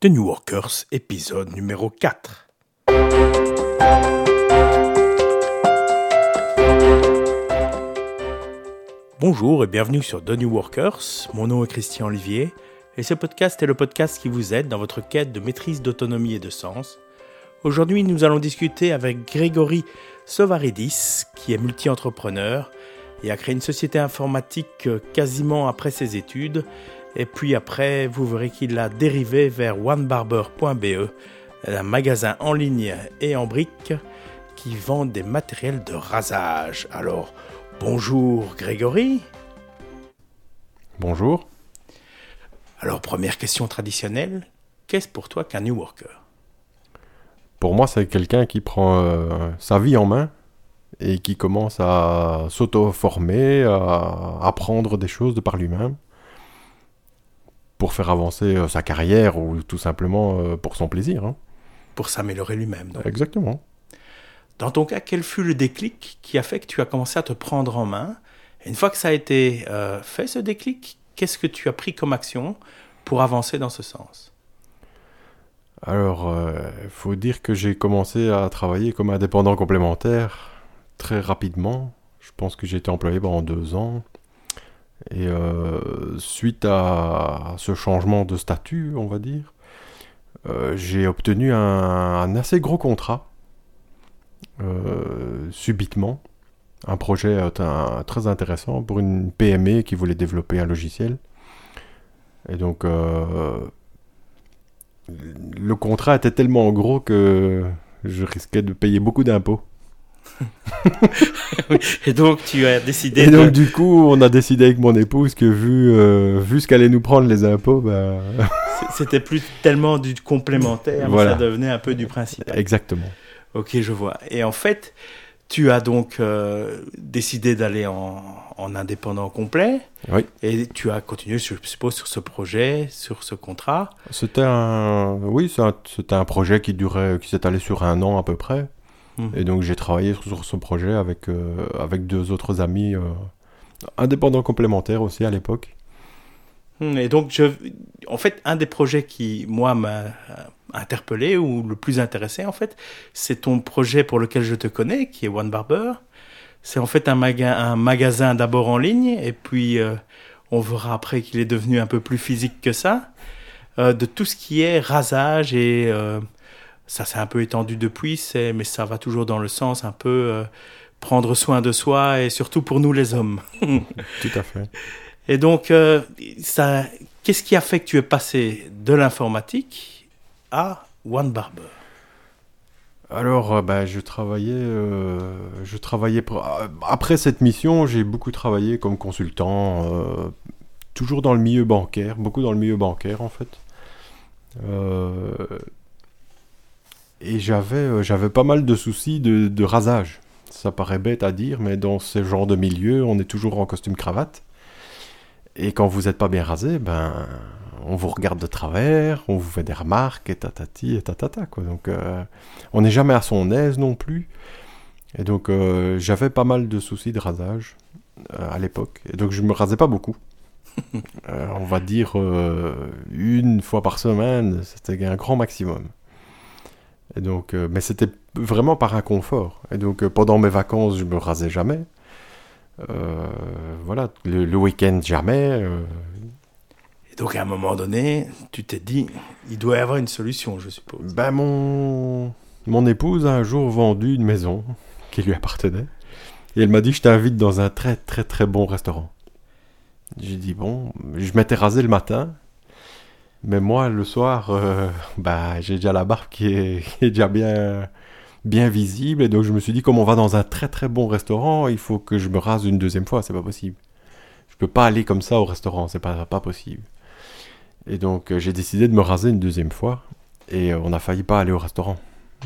The New Workers, épisode numéro 4. Bonjour et bienvenue sur The New Workers, mon nom est Christian Olivier et ce podcast est le podcast qui vous aide dans votre quête de maîtrise d'autonomie et de sens. Aujourd'hui, nous allons discuter avec Grégory Sovaridis, qui est multi-entrepreneur et a créé une société informatique quasiment après ses études. Et puis après, vous verrez qu'il a dérivé vers onebarber.be, un magasin en ligne et en briques qui vend des matériels de rasage. Alors, bonjour Grégory. Bonjour. Alors, première question traditionnelle, qu'est-ce pour toi qu'un New Worker ? Pour moi, c'est quelqu'un qui prend sa vie en main et qui commence à s'auto-former, à apprendre des choses de par lui-même pour faire avancer sa carrière ou tout simplement pour son plaisir. Pour s'améliorer lui-même. Donc. Exactement. Dans ton cas, quel fut le déclic qui a fait que tu as commencé à te prendre en main ? Et une fois que ça a été fait, ce déclic, qu'est-ce que tu as pris comme action pour avancer dans ce sens ? Alors, il faut dire que j'ai commencé à travailler comme indépendant complémentaire très rapidement. Je pense que j'ai été employé pendant 2 ans. Et suite à ce changement de statut, on va dire, j'ai obtenu un assez gros contrat, subitement. Un projet très intéressant pour une PME qui voulait développer un logiciel. Et donc, le contrat était tellement gros que je risquais de payer beaucoup d'impôts. Et donc tu as décidé Et donc du coup on a décidé avec mon épouse que vu ce qu'allaient nous prendre les impôts, c'était plus tellement du complémentaire, voilà. Mais ça devenait un peu du principal. Exactement. Ok, je vois. Et en fait, tu as donc décidé d'aller en indépendant complet. Oui. Et tu as continué, je suppose, sur ce projet, sur ce contrat. C'était un projet qui s'étalait sur 1 an à peu près. Et donc j'ai travaillé sur ce projet avec 2 autres amis indépendants complémentaires aussi à l'époque. Et donc, en fait, un des projets qui, moi, m'a interpellé ou le plus intéressé, en fait, c'est ton projet pour lequel je te connais, qui est One Barber. C'est en fait un magasin d'abord en ligne, et puis on verra après qu'il est devenu un peu plus physique que ça, de tout ce qui est rasage et... ça s'est un peu étendu depuis, mais ça va toujours dans le sens un peu prendre soin de soi et surtout pour nous les hommes. Tout à fait. Et donc, qu'est-ce qui a fait que tu es passé de l'informatique à One Barber ? Alors, je travaillais après cette mission, j'ai beaucoup travaillé comme consultant, toujours dans le milieu bancaire, beaucoup dans le milieu bancaire en fait. Et j'avais pas mal de soucis de rasage. Ça paraît bête à dire, mais dans ce genre de milieu, on est toujours en costume cravate. Et quand vous n'êtes pas bien rasé, on vous regarde de travers, on vous fait des remarques, et tatati, et tatata, quoi. Donc, on n'est jamais à son aise non plus. Et donc, j'avais pas mal de soucis de rasage à l'époque. Et donc, je me rasais pas beaucoup. On va dire 1 fois par semaine, c'était un grand maximum. Et donc, mais c'était vraiment par inconfort. Et donc, pendant mes vacances, je me rasais jamais. Voilà, le week-end jamais. Et donc, à un moment donné, tu t'es dit, il doit y avoir une solution, je suppose. Mon épouse a un jour vendu une maison qui lui appartenait. Et elle m'a dit, je t'invite dans un très très très bon restaurant. J'ai dit, bon, je m'étais rasé le matin. Mais moi, le soir, j'ai déjà la barbe qui est déjà bien visible. Et donc, je me suis dit, comme on va dans un très très bon restaurant, il faut que je me rase une 2e fois. C'est pas possible. Je peux pas aller comme ça au restaurant. C'est pas possible. Et donc, j'ai décidé de me raser une 2e fois. Et on a failli pas aller au restaurant.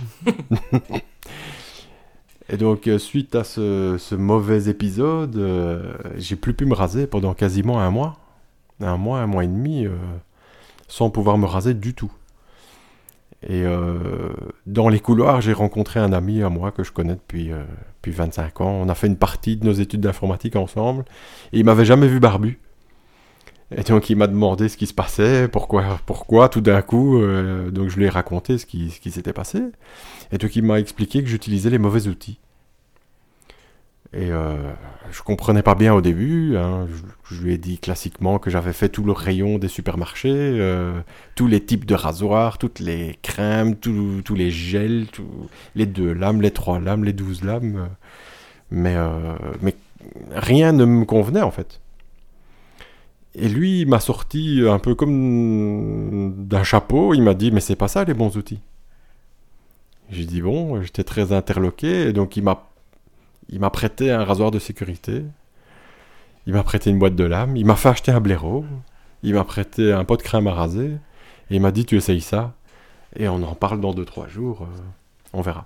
Et donc, suite à ce mauvais épisode, j'ai plus pu me raser pendant quasiment 1 mois. 1 mois et demi... sans pouvoir me raser du tout. Et dans les couloirs, j'ai rencontré un ami à moi que je connais depuis 25 ans. On a fait une partie de nos études d'informatique ensemble. Et il m'avait jamais vu barbu. Et donc il m'a demandé ce qui se passait, pourquoi tout d'un coup. Donc je lui ai raconté ce qui s'était passé. Et donc il m'a expliqué que j'utilisais les mauvais outils. Et je comprenais pas bien au début. Hein. Je lui ai dit classiquement que j'avais fait tout le rayon des supermarchés, tous les types de rasoirs, toutes les crèmes, tous les gels, les 2 lames, les 3 lames, les 12 lames. Mais rien ne me convenait en fait. Et lui, il m'a sorti un peu comme d'un chapeau. Il m'a dit, mais c'est pas ça les bons outils. J'ai dit bon, j'étais très interloqué. Et donc il m'a prêté un rasoir de sécurité. Il m'a prêté une boîte de lames. Il m'a fait acheter un blaireau. Il m'a prêté un pot de crème à raser. Et il m'a dit, tu essayes ça. Et on en parle dans 2-3 jours. On verra.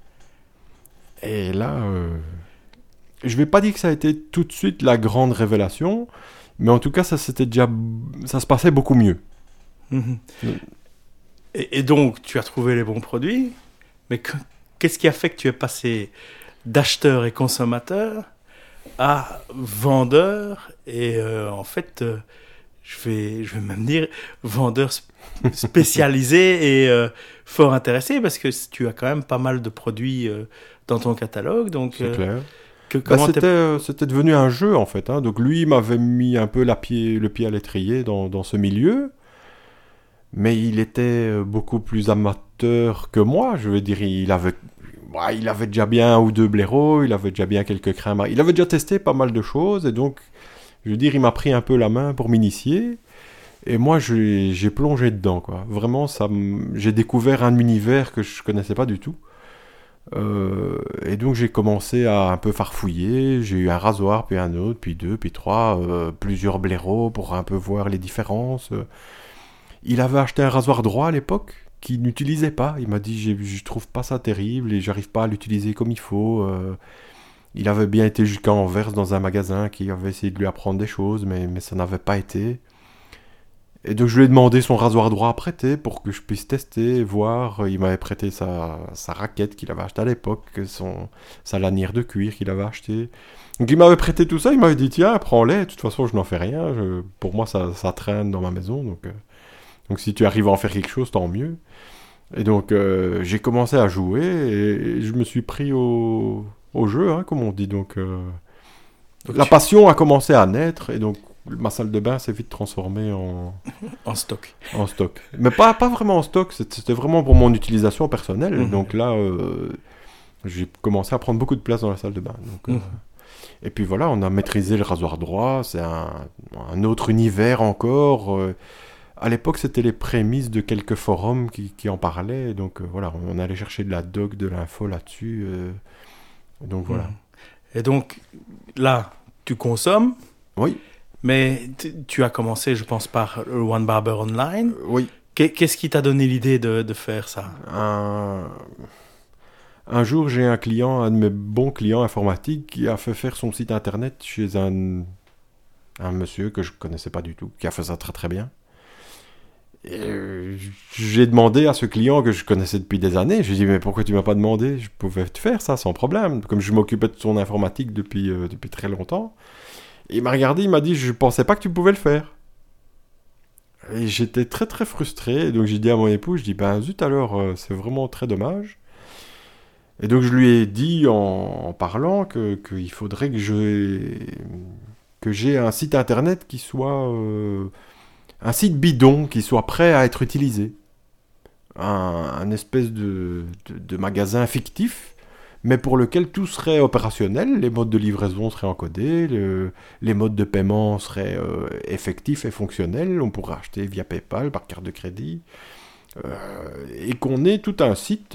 Et là, je vais pas dire que ça a été tout de suite la grande révélation. Mais en tout cas, ça se passait beaucoup mieux. Mhm. Et donc, tu as trouvé les bons produits. Mais qu'est-ce qui a fait que tu es passé d'acheteur et consommateur à vendeur et en fait, je vais même dire vendeur spécialisé et fort intéressé parce que tu as quand même pas mal de produits dans ton catalogue. Donc, c'est clair. C'était devenu un jeu en fait. Hein. Donc lui, il m'avait mis un peu le pied à l'étrier dans ce milieu. Mais il était beaucoup plus amateur que moi. Je veux dire, il avait déjà bien 1 ou 2 blaireaux, il avait déjà bien quelques crèmes. Il avait déjà testé pas mal de choses. Et donc, je veux dire, il m'a pris un peu la main pour m'initier. Et moi, j'ai plongé dedans, quoi. Vraiment, j'ai découvert un univers que je connaissais pas du tout. Et donc j'ai commencé à un peu farfouiller, j'ai eu un rasoir, puis un autre, puis 2, puis 3, plusieurs blaireaux pour un peu voir les différences. Il avait acheté un rasoir droit à l'époque, qu'il n'utilisait pas. Il m'a dit, je trouve pas ça terrible et j'arrive pas à l'utiliser comme il faut. Il avait bien été jusqu'à Anvers dans un magasin qui avait essayé de lui apprendre des choses, mais ça n'avait pas été. Et donc je lui ai demandé son rasoir droit à prêter pour que je puisse tester, voir. Il m'avait prêté sa raquette qu'il avait achetée à l'époque, sa lanière de cuir qu'il avait achetée. Donc il m'avait prêté tout ça, il m'avait dit tiens, prends-les, de toute façon je n'en fais rien, pour moi ça traîne dans ma maison, donc si tu arrives à en faire quelque chose, tant mieux. Et donc j'ai commencé à jouer et je me suis pris au jeu, hein, comme on dit. Donc la passion a commencé à naître et donc ma salle de bain s'est vite transformée en stock. En stock. Mais pas vraiment en stock, c'était vraiment pour mon utilisation personnelle. Mmh. Donc là, j'ai commencé à prendre beaucoup de place dans la salle de bain. Donc, et puis voilà, on a maîtrisé le rasoir droit, c'est un autre univers encore. À l'époque, c'était les prémices de quelques forums qui en parlaient. Donc voilà, on allait chercher de la doc, de l'info là-dessus. Donc voilà. Et donc là, tu consommes. Oui. Mais tu as commencé, je pense, par le One Barber Online. Oui. Qu'est-ce qui t'a donné l'idée de faire ça ? Un jour, j'ai un de mes bons clients informatiques qui a fait faire son site internet chez un monsieur que je connaissais pas du tout, qui a fait ça très très bien. Et j'ai demandé à ce client que je connaissais depuis des années, j'ai dit mais pourquoi tu m'as pas demandé ? Je pouvais te faire ça sans problème, comme je m'occupais de son informatique depuis très longtemps. Et il m'a regardé, il m'a dit je pensais pas que tu pouvais le faire. Et j'étais très très frustré, donc j'ai dit à mon époux, je dis ben zut alors, c'est vraiment très dommage. Et donc je lui ai dit en parlant qu'il faudrait que j'ai un site internet qui soit un site bidon, qui soit prêt à être utilisé. Un espèce de magasin fictif, mais pour lequel tout serait opérationnel, les modes de livraison seraient encodés, les modes de paiement seraient effectifs et fonctionnels, on pourrait acheter via PayPal, par carte de crédit, et qu'on ait tout un site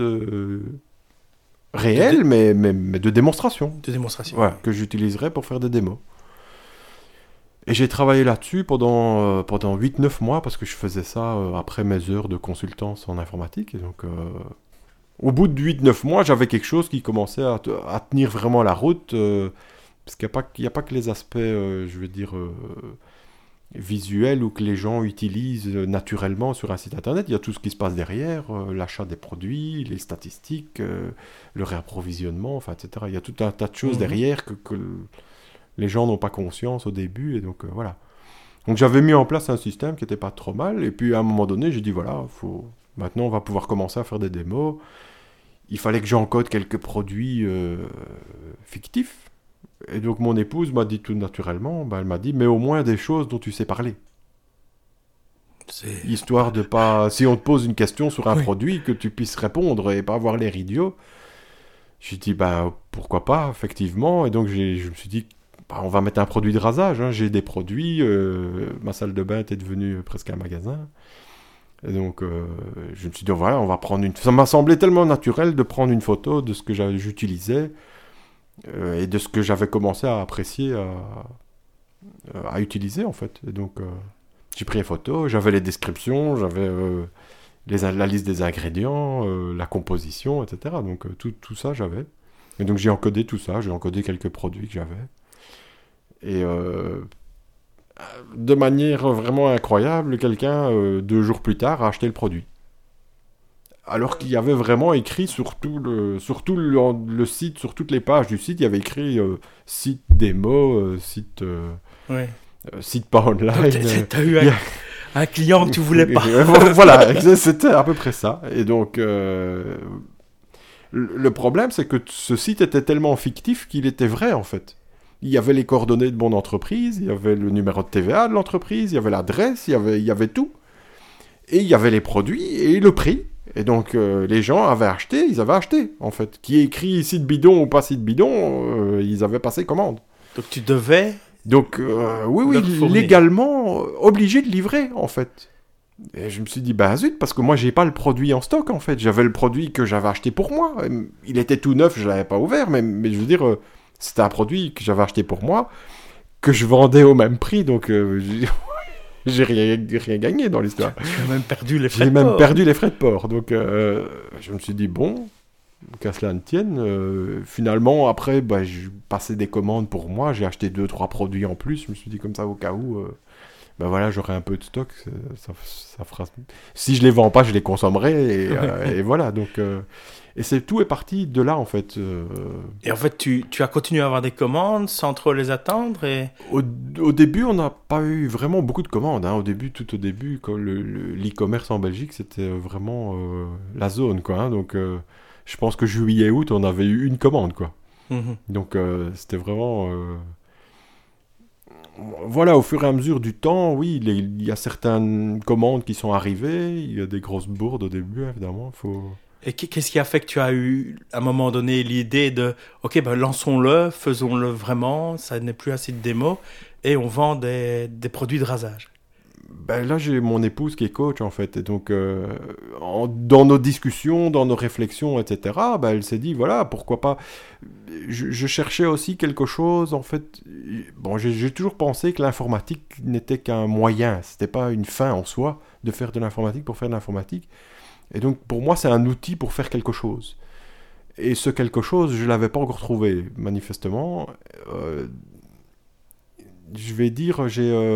réel, mais de démonstration. De démonstration. Ouais, que j'utiliserais pour faire des démos. Et j'ai travaillé là-dessus pendant 8-9 mois, parce que je faisais ça après mes heures de consultance en informatique, et donc... Au bout de 8-9 mois, j'avais quelque chose qui commençait à tenir vraiment la route, parce qu'il n'y a pas que les aspects, je veux dire, visuels ou que les gens utilisent naturellement sur un site internet. Il y a tout ce qui se passe derrière, l'achat des produits, les statistiques, le réapprovisionnement, enfin, etc. Il y a tout un tas de choses derrière que les gens n'ont pas conscience au début, et donc voilà. Donc j'avais mis en place un système qui n'était pas trop mal, et puis à un moment donné, j'ai dit voilà, maintenant on va pouvoir commencer à faire des démos. Il fallait que j'encode quelques produits fictifs. Et donc mon épouse m'a dit tout naturellement, elle m'a dit, mais au moins des choses dont tu sais parler. Histoire de pas, si on te pose une question sur un produit, que tu puisses répondre et pas avoir l'air idiot. J'ai dit, pourquoi pas, effectivement. Et donc je me suis dit, on va mettre un produit de rasage. Hein. J'ai des produits, ma salle de bain était devenue presque un magasin. Et donc, je me suis dit, voilà, on va prendre une... Ça m'a semblé tellement naturel de prendre une photo de ce que j'utilisais et de ce que j'avais commencé à apprécier, à utiliser, en fait. Et donc, j'ai pris une photo, j'avais les descriptions, j'avais la liste des ingrédients, la composition, etc. Donc, tout ça, j'avais. Et donc, j'ai encodé tout ça, j'ai encodé quelques produits que j'avais. Et... de manière vraiment incroyable, quelqu'un, 2 jours plus tard, a acheté le produit. Alors qu'il y avait vraiment écrit sur tout le site, sur toutes les pages du site, il y avait écrit site démo, site pas online. Donc, t'as eu un client que tu voulais pas. Voilà, c'était à peu près ça. Et donc, le problème, c'est que ce site était tellement fictif qu'il était vrai, en fait. Il y avait les coordonnées de mon entreprise, il y avait le numéro de TVA de l'entreprise, il y avait l'adresse, il y avait tout. Et il y avait les produits et le prix. Et donc, les gens ils avaient acheté, en fait. Qui est écrit site bidon ou pas site bidon, ils avaient passé commande. Donc, tu devais... Donc, oui, légalement, obligé de livrer, en fait. Et je me suis dit, zut, parce que moi, j'ai pas le produit en stock, en fait. J'avais le produit que j'avais acheté pour moi. Il était tout neuf, je l'avais pas ouvert, mais je veux dire... C'était un produit que j'avais acheté pour moi, que je vendais au même prix, donc j'ai rien gagné dans l'histoire. Tu as même perdu les frais de port. J'ai même perdu les frais de port. Donc je me suis dit, bon, qu'à cela ne tienne. Finalement, après, je passais des commandes pour moi, j'ai acheté 2-3 produits en plus. Je me suis dit, comme ça, au cas où, voilà, j'aurai un peu de stock. Ça fera... Si je les vends pas, je les consommerai. Et voilà, donc... Et tout est parti de là, en fait. Et en fait, tu as continué à avoir des commandes sans trop les attendre Au début, on n'a pas eu vraiment beaucoup de commandes. Hein. Tout au début, quand l'e-commerce en Belgique, c'était vraiment la zone, quoi. Hein. Donc, je pense que juillet-août, on avait eu une commande, quoi. Mm-hmm. Donc, c'était vraiment... Voilà, au fur et à mesure du temps, oui, il y a certaines commandes qui sont arrivées. Il y a des grosses bourdes au début, évidemment. Et qu'est-ce qui a fait que tu as eu, à un moment donné, l'idée de « Ok, lançons-le, faisons-le vraiment, ça n'est plus assez de démo, et on vend des produits de rasage ». Là, j'ai mon épouse qui est coach, en fait. Et donc, dans nos discussions, dans nos réflexions, etc., elle s'est dit, voilà, pourquoi pas... Je cherchais aussi quelque chose, en fait... Bon, j'ai toujours pensé que l'informatique n'était qu'un moyen. C'était pas une fin en soi de faire de l'informatique pour faire de l'informatique. Et donc, pour moi, c'est un outil pour faire quelque chose. Et ce quelque chose, je ne l'avais pas encore trouvé, manifestement. Je vais dire,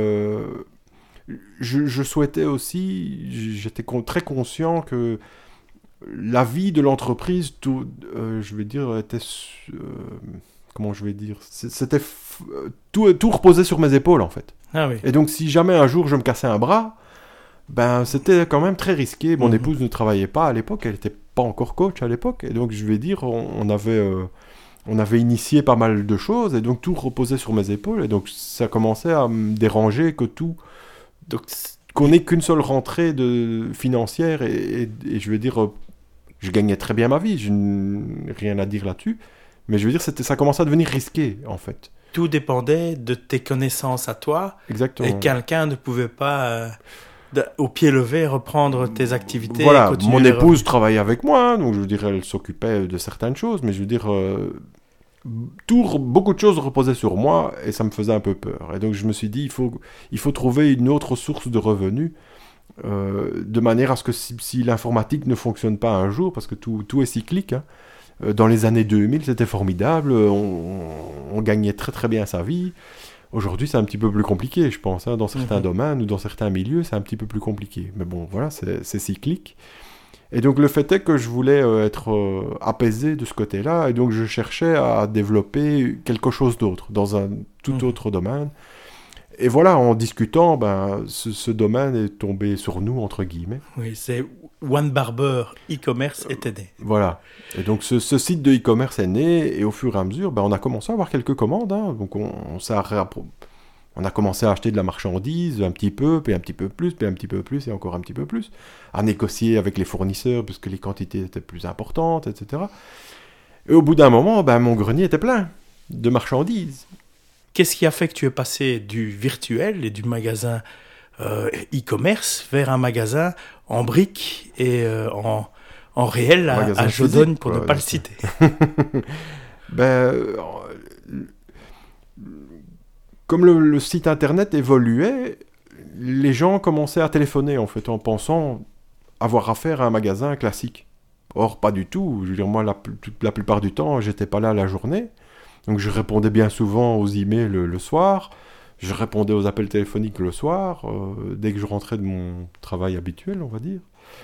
je souhaitais aussi, j'étais très conscient que la vie de l'entreprise, je vais dire, était... comment je vais dire, c'était tout reposait sur mes épaules, en fait. Ah oui. Et donc, si jamais un jour je me cassais un bras, c'était quand même très risqué. Mon épouse ne travaillait pas à l'époque, elle n'était pas encore coach à l'époque, et donc je vais dire, on avait initié pas mal de choses, et donc tout reposait sur mes épaules, et donc ça commençait à me déranger qu'on n'ait qu'une seule rentrée financière, et je vais dire, je gagnais très bien ma vie, je n'ai rien à dire là-dessus, mais je veux dire, ça commençait à devenir risqué, en fait. Tout dépendait de tes connaissances à toi. Exactement. Et quelqu'un ne pouvait pas... au pied levé, reprendre tes activités. Voilà, mon épouse travaillait avec moi, donc je veux dire, elle s'occupait de certaines choses, mais je veux dire, beaucoup de choses reposaient sur moi, et ça me faisait un peu peur. Et donc je me suis dit, il faut trouver une autre source de revenus, de manière à ce que si l'informatique ne fonctionne pas un jour, parce que tout est cyclique, hein, dans les années 2000, c'était formidable, on gagnait très très bien sa vie. Aujourd'hui, c'est un petit peu plus compliqué, je pense. Hein. Dans certains domaines ou dans certains milieux, c'est un petit peu plus compliqué. Mais bon, voilà, c'est cyclique. Et donc, le fait est que je voulais être apaisé de ce côté-là. Et donc, je cherchais à développer quelque chose d'autre, dans un tout autre domaine. Et voilà, en discutant, ce domaine est tombé sur nous, entre guillemets. Oui, c'est One Barber e-commerce était né. Voilà. Et donc ce site de e-commerce est né, et au fur et à mesure, on a commencé à avoir quelques commandes. Hein. Donc on a commencé à acheter de la marchandise, un petit peu, puis un petit peu plus, puis un petit peu plus, et encore un petit peu plus. À négocier avec les fournisseurs, puisque les quantités étaient plus importantes, etc. Et au bout d'un moment, mon grenier était plein de marchandises. Qu'est-ce qui a fait que tu es passé du virtuel et du magasin e-commerce vers un magasin en briques et en réel à Jodogne, pour ne pas le citer? Comme le site internet évoluait, les gens commençaient à téléphoner en fait, en pensant avoir affaire à un magasin classique. Or, pas du tout. Je veux dire, moi, la plupart du temps, j'étais pas là la journée. Donc je répondais bien souvent aux emails le soir, je répondais aux appels téléphoniques le soir, dès que je rentrais de mon travail habituel, on va dire.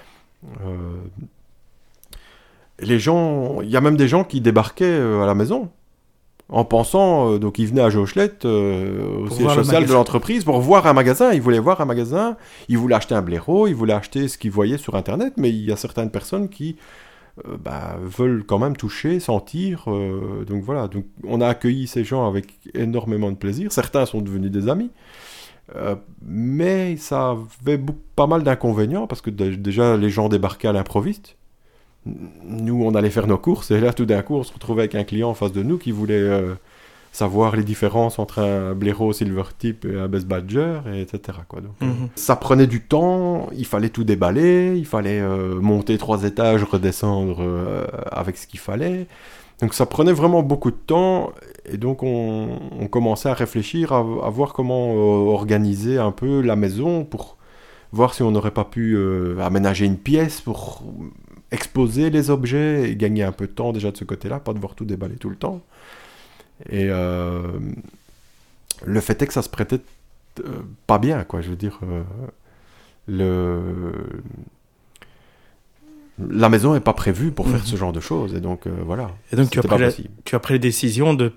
Les gens, il y a même des gens qui débarquaient à la maison, en pensant, donc ils venaient à Jauchelette, au siège social de l'entreprise, pour voir un magasin. Ils voulaient voir un magasin, ils voulaient acheter un blaireau, ils voulaient acheter ce qu'ils voyaient sur Internet, mais il y a certaines personnes qui veulent quand même toucher, sentir. Donc voilà, donc on a accueilli ces gens avec énormément de plaisir. Certains sont devenus des amis, mais ça avait pas mal d'inconvénients parce que déjà les gens débarquaient à l'improviste. Nous, on allait faire nos courses et là, tout d'un coup, on se retrouvait avec un client en face de nous qui voulait savoir les différences entre un blaireau silvertip et un best badger, etc. Quoi. Donc, ça prenait du temps, il fallait tout déballer, il fallait monter 3 étages, redescendre avec ce qu'il fallait. Donc ça prenait vraiment beaucoup de temps et donc on commençait à réfléchir à voir comment organiser un peu la maison pour voir si on n'aurait pas pu aménager une pièce pour exposer les objets et gagner un peu de temps déjà de ce côté-là, pas devoir tout déballer tout le temps. Et le fait est que ça se prêtait pas bien, quoi. Je veux dire, la maison n'est pas prévue pour faire ce genre de choses, et donc voilà. Et donc tu as pris la décision de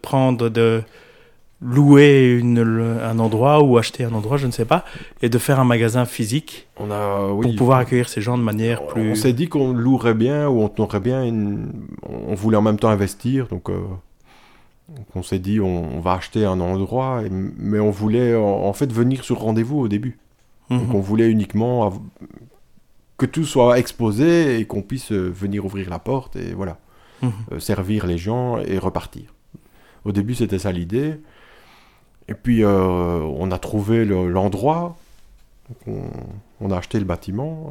louer un endroit ou acheter un endroit, je ne sais pas, et de faire un magasin physique pour pouvoir accueillir ces gens de manière plus... On s'est dit qu'on louerait bien ou on aurait bien on voulait en même temps investir, donc on s'est dit on va acheter un endroit, mais on voulait en fait venir sur rendez-vous au début. Donc on voulait uniquement que tout soit exposé et qu'on puisse venir ouvrir la porte et voilà, servir les gens et repartir. Au début c'était ça l'idée. Et puis, on a trouvé l'endroit, on a acheté le bâtiment,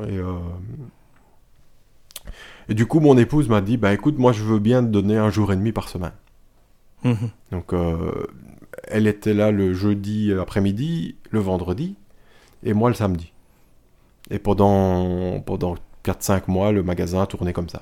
et du coup, mon épouse m'a dit, écoute, moi, je veux bien te donner 1 jour et demi par semaine. Donc, elle était là le jeudi après-midi, le vendredi, et moi le samedi. Et pendant 4-5 mois, le magasin a tourné comme ça.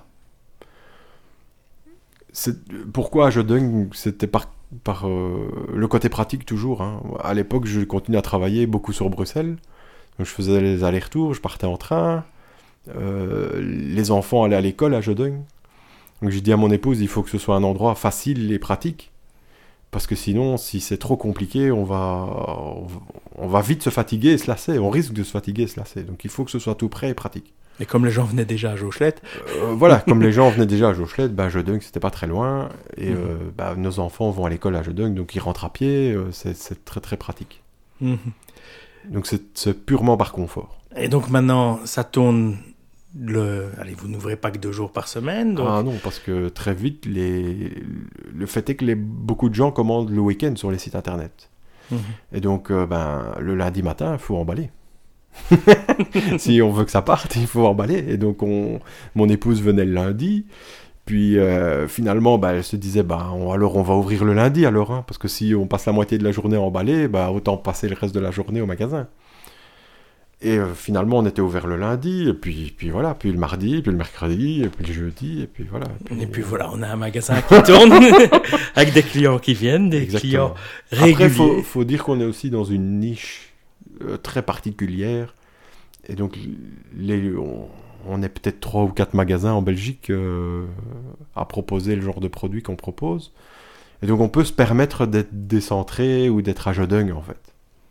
Pourquoi à Jodogne, c'était par le côté pratique toujours. Hein. À l'époque, je continuais à travailler beaucoup sur Bruxelles. Donc, je faisais les allers-retours, je partais en train. Les enfants allaient à l'école à Jodogne. Donc j'ai dit à mon épouse, il faut que ce soit un endroit facile et pratique. Parce que sinon, si c'est trop compliqué, on va vite se fatiguer et se lasser. On risque de se fatiguer et se lasser. Donc il faut que ce soit tout prêt et pratique. Et comme les gens venaient déjà à Jauchelette. Voilà, comme les gens venaient déjà à Jauchelette, Jodogne, c'était pas très loin. Et nos enfants vont à l'école à Jodogne, donc ils rentrent à pied. C'est très très pratique. Donc c'est purement par confort. Et donc maintenant, ça tourne... Allez, vous n'ouvrez pas que 2 jours par semaine, donc... Ah non, parce que très vite, le fait est que beaucoup de gens commandent le week-end sur les sites internet. Et donc, le lundi matin, il faut emballer. Si on veut que ça parte, il faut emballer. Et donc, mon épouse venait le lundi. Puis, finalement, elle se disait, alors on va ouvrir le lundi, alors. Hein, parce que si on passe la moitié de la journée à emballer, autant passer le reste de la journée au magasin. Et finalement, on était ouvert le lundi, et puis voilà, puis le mardi, puis le mercredi, et puis le jeudi, et puis voilà. Et puis voilà, on a un magasin qui tourne, avec des clients qui viennent, des clients réguliers. Après, faut dire qu'on est aussi dans une niche très particulière, et donc on est peut-être 3 ou 4 magasins en Belgique à proposer le genre de produit qu'on propose. Et donc on peut se permettre d'être décentré ou d'être à Jodogne, en fait.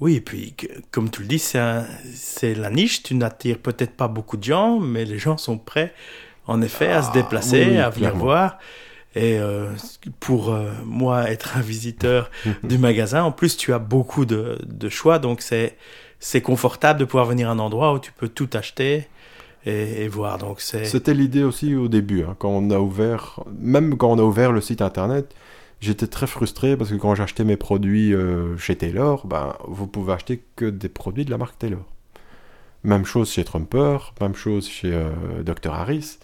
Oui, et puis, comme tu le dis, c'est la niche. Tu n'attires peut-être pas beaucoup de gens, mais les gens sont prêts, en effet, à se déplacer, oui, à venir clairement. voir. Et pour moi, être un visiteur du magasin, en plus, tu as beaucoup de choix. Donc, c'est confortable de pouvoir venir à un endroit où tu peux tout acheter et voir. Donc, C'était l'idée aussi au début, hein, même quand on a ouvert le site internet, j'étais très frustré parce que quand j'achetais mes produits chez Taylor, ben, vous pouvez acheter que des produits de la marque Taylor. Même chose chez Trumper, même chose chez Dr. Harris.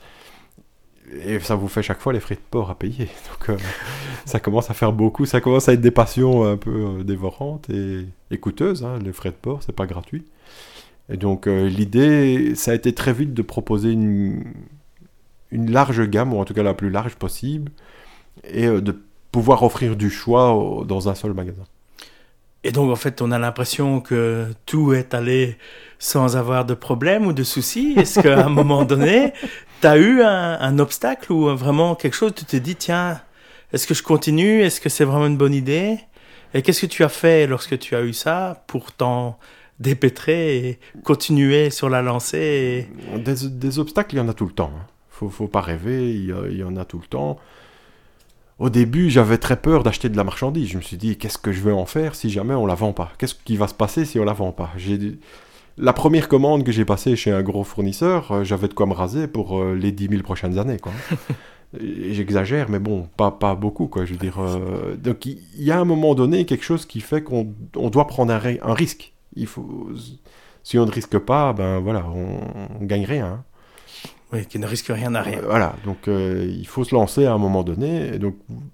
Et ça vous fait chaque fois les frais de port à payer. Donc ça commence à faire beaucoup, ça commence à être des passions un peu dévorantes et coûteuses. Hein. Les frais de port, c'est pas gratuit. Et donc l'idée, ça a été très vite de proposer une large gamme, ou en tout cas la plus large possible, et de pouvoir offrir du choix dans un seul magasin. Et donc, en fait, on a l'impression que tout est allé sans avoir de problème ou de soucis. Est-ce qu'à un moment donné, tu as eu un obstacle ou vraiment quelque chose, tu t'es dit, tiens, est-ce que je continue? Est-ce que c'est vraiment une bonne idée? Et qu'est-ce que tu as fait lorsque tu as eu ça pour t'en dépêtrer et continuer sur la lancée Des obstacles, il y en a tout le temps. Hein. Faut pas rêver, il y en a tout le temps. Au début, j'avais très peur d'acheter de la marchandise. Je me suis dit, qu'est-ce que je vais en faire si jamais on la vend pas? Qu'est-ce qui va se passer si on la vend pas? La première commande que j'ai passée chez un gros fournisseur, j'avais de quoi me raser pour les 10 000 prochaines années. Quoi. J'exagère, mais bon, pas beaucoup. Quoi. Je veux dire, donc il y a un moment donné quelque chose qui fait qu'on doit prendre un risque. Si on ne risque pas, ben voilà, on gagne rien. Hein. Oui, qui ne risque rien à rien. Voilà, donc il faut se lancer à un moment donné. Et donc,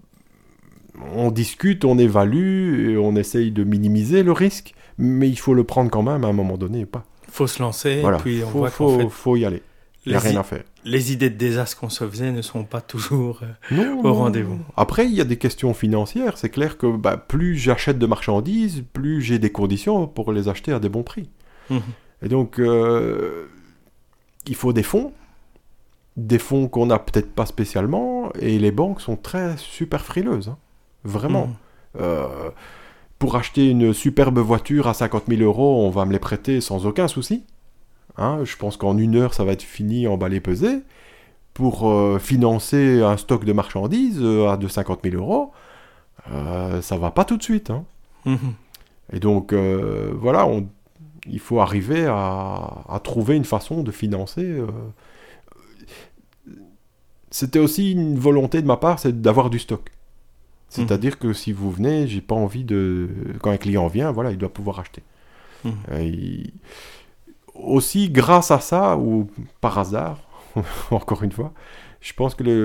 on discute, on évalue, et on essaye de minimiser le risque, mais il faut le prendre quand même à un moment donné ou pas. Il faut se lancer, Voilà, et puis on voit qu'en fait, faut y aller. Il n'y a rien à faire. Les idées de désastre qu'on se faisait ne sont pas toujours Non, au rendez-vous. Après, il y a des questions financières. C'est clair que plus j'achète de marchandises, plus j'ai des conditions pour les acheter à des bons prix. Mhm. Et donc, il faut des fonds qu'on n'a peut-être pas spécialement, et les banques sont super frileuses, hein. Vraiment. Pour acheter une superbe voiture à 50 000 €, on va me les prêter sans aucun souci. Hein, je pense qu'en 1 heure, ça va être fini, emballé, pesé. Pour financer un stock de marchandises à de 50 000 €, ça va pas tout de suite. Hein. Et donc, voilà, il faut arriver à trouver une façon de financer. C'était aussi une volonté de ma part, c'est d'avoir du stock. C'est-à-dire que si vous venez, j'ai pas envie de... Quand un client vient, voilà, il doit pouvoir acheter. Aussi, grâce à ça, ou par hasard, encore une fois, je pense que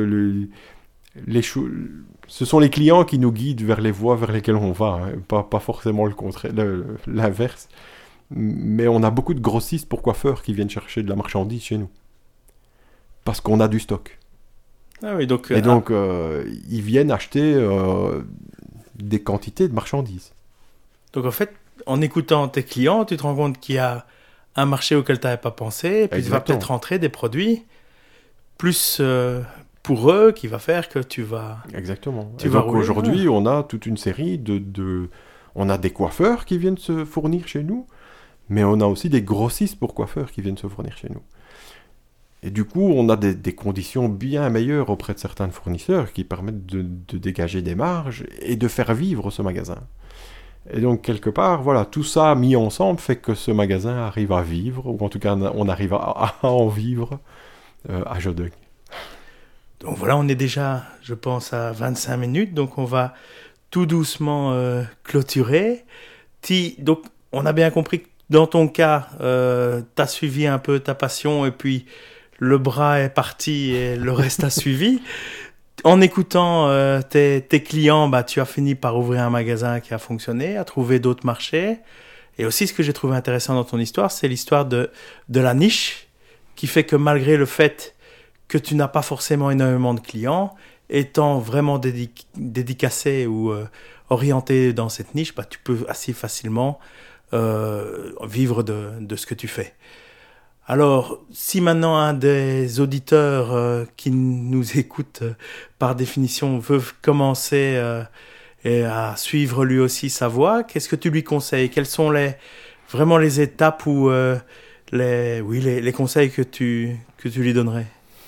ce sont les clients qui nous guident vers les voies vers lesquelles on va, hein. Pas forcément le contraire, l'inverse. Mais on a beaucoup de grossistes pour coiffeurs qui viennent chercher de la marchandise chez nous. Parce qu'on a du stock. Ah oui, donc, ils viennent acheter des quantités de marchandises. Donc en fait, en écoutant tes clients, tu te rends compte qu'il y a un marché auquel tu n'avais pas pensé, et puis tu vas peut-être rentrer des produits plus pour eux qui va faire que tu vas... Exactement. Tu vas donc aujourd'hui, on a toute une série on a des coiffeurs qui viennent se fournir chez nous, mais on a aussi des grossistes pour coiffeurs qui viennent se fournir chez nous. Et du coup, on a des conditions bien meilleures auprès de certains fournisseurs qui permettent de dégager des marges et de faire vivre ce magasin. Et donc, quelque part, voilà, tout ça mis ensemble fait que ce magasin arrive à vivre, ou en tout cas, on arrive à en vivre à Jodogne. Donc voilà, on est déjà, je pense, à 25 minutes, donc on va tout doucement clôturer. Donc, on a bien compris que dans ton cas, tu as suivi un peu ta passion, et puis le bras est parti et le reste a suivi. En écoutant tes clients, tu as fini par ouvrir un magasin qui a fonctionné, à trouver d'autres marchés. Et aussi, ce que j'ai trouvé intéressant dans ton histoire, c'est l'histoire de la niche, qui fait que malgré le fait que tu n'as pas forcément énormément de clients, étant vraiment dédicacé ou orienté dans cette niche, tu peux assez facilement vivre de ce que tu fais. Alors, si maintenant un des auditeurs qui nous écoute par définition veut commencer et à suivre lui aussi sa voie, qu'est-ce que tu lui conseilles? Quelles sont vraiment les étapes ou les conseils que tu lui donnerais?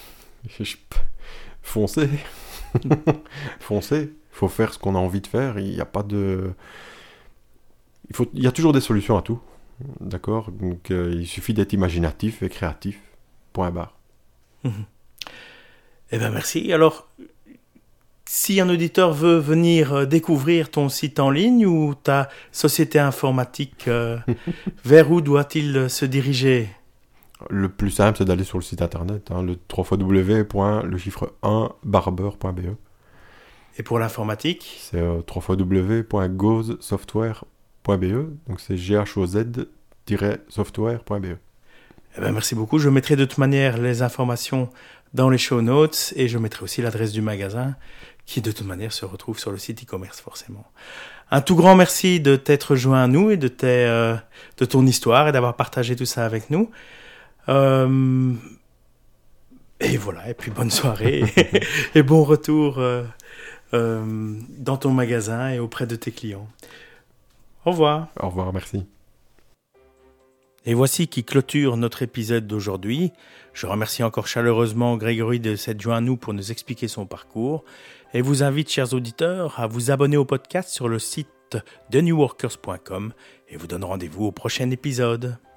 Foncez. Foncez. Il faut faire ce qu'on a envie de faire. Il n'y a pas de... Il y a toujours des solutions à tout. D'accord? Donc, il suffit d'être imaginatif et créatif. Point barre. Eh bien, merci. Alors, si un auditeur veut venir découvrir ton site en ligne ou ta société informatique, vers où doit-il se diriger? Le plus simple, c'est d'aller sur le site internet, le www.le1barber.be. Et pour l'informatique? C'est www.gozsoftware.be, donc c'est GHOZ-software.be. Eh bien, merci beaucoup. Je mettrai de toute manière les informations dans les show notes et je mettrai aussi l'adresse du magasin qui de toute manière se retrouve sur le site e-commerce forcément. Un tout grand merci de t'être joint à nous et de ton histoire et d'avoir partagé tout ça avec nous. Et voilà, et puis bonne soirée et bon retour dans ton magasin et auprès de tes clients. Au revoir. Au revoir, merci. Et voici qui clôture notre épisode d'aujourd'hui. Je remercie encore chaleureusement Grégory de s'être joint à nous pour nous expliquer son parcours et vous invite, chers auditeurs, à vous abonner au podcast sur le site thenewworkers.com et vous donne rendez-vous au prochain épisode.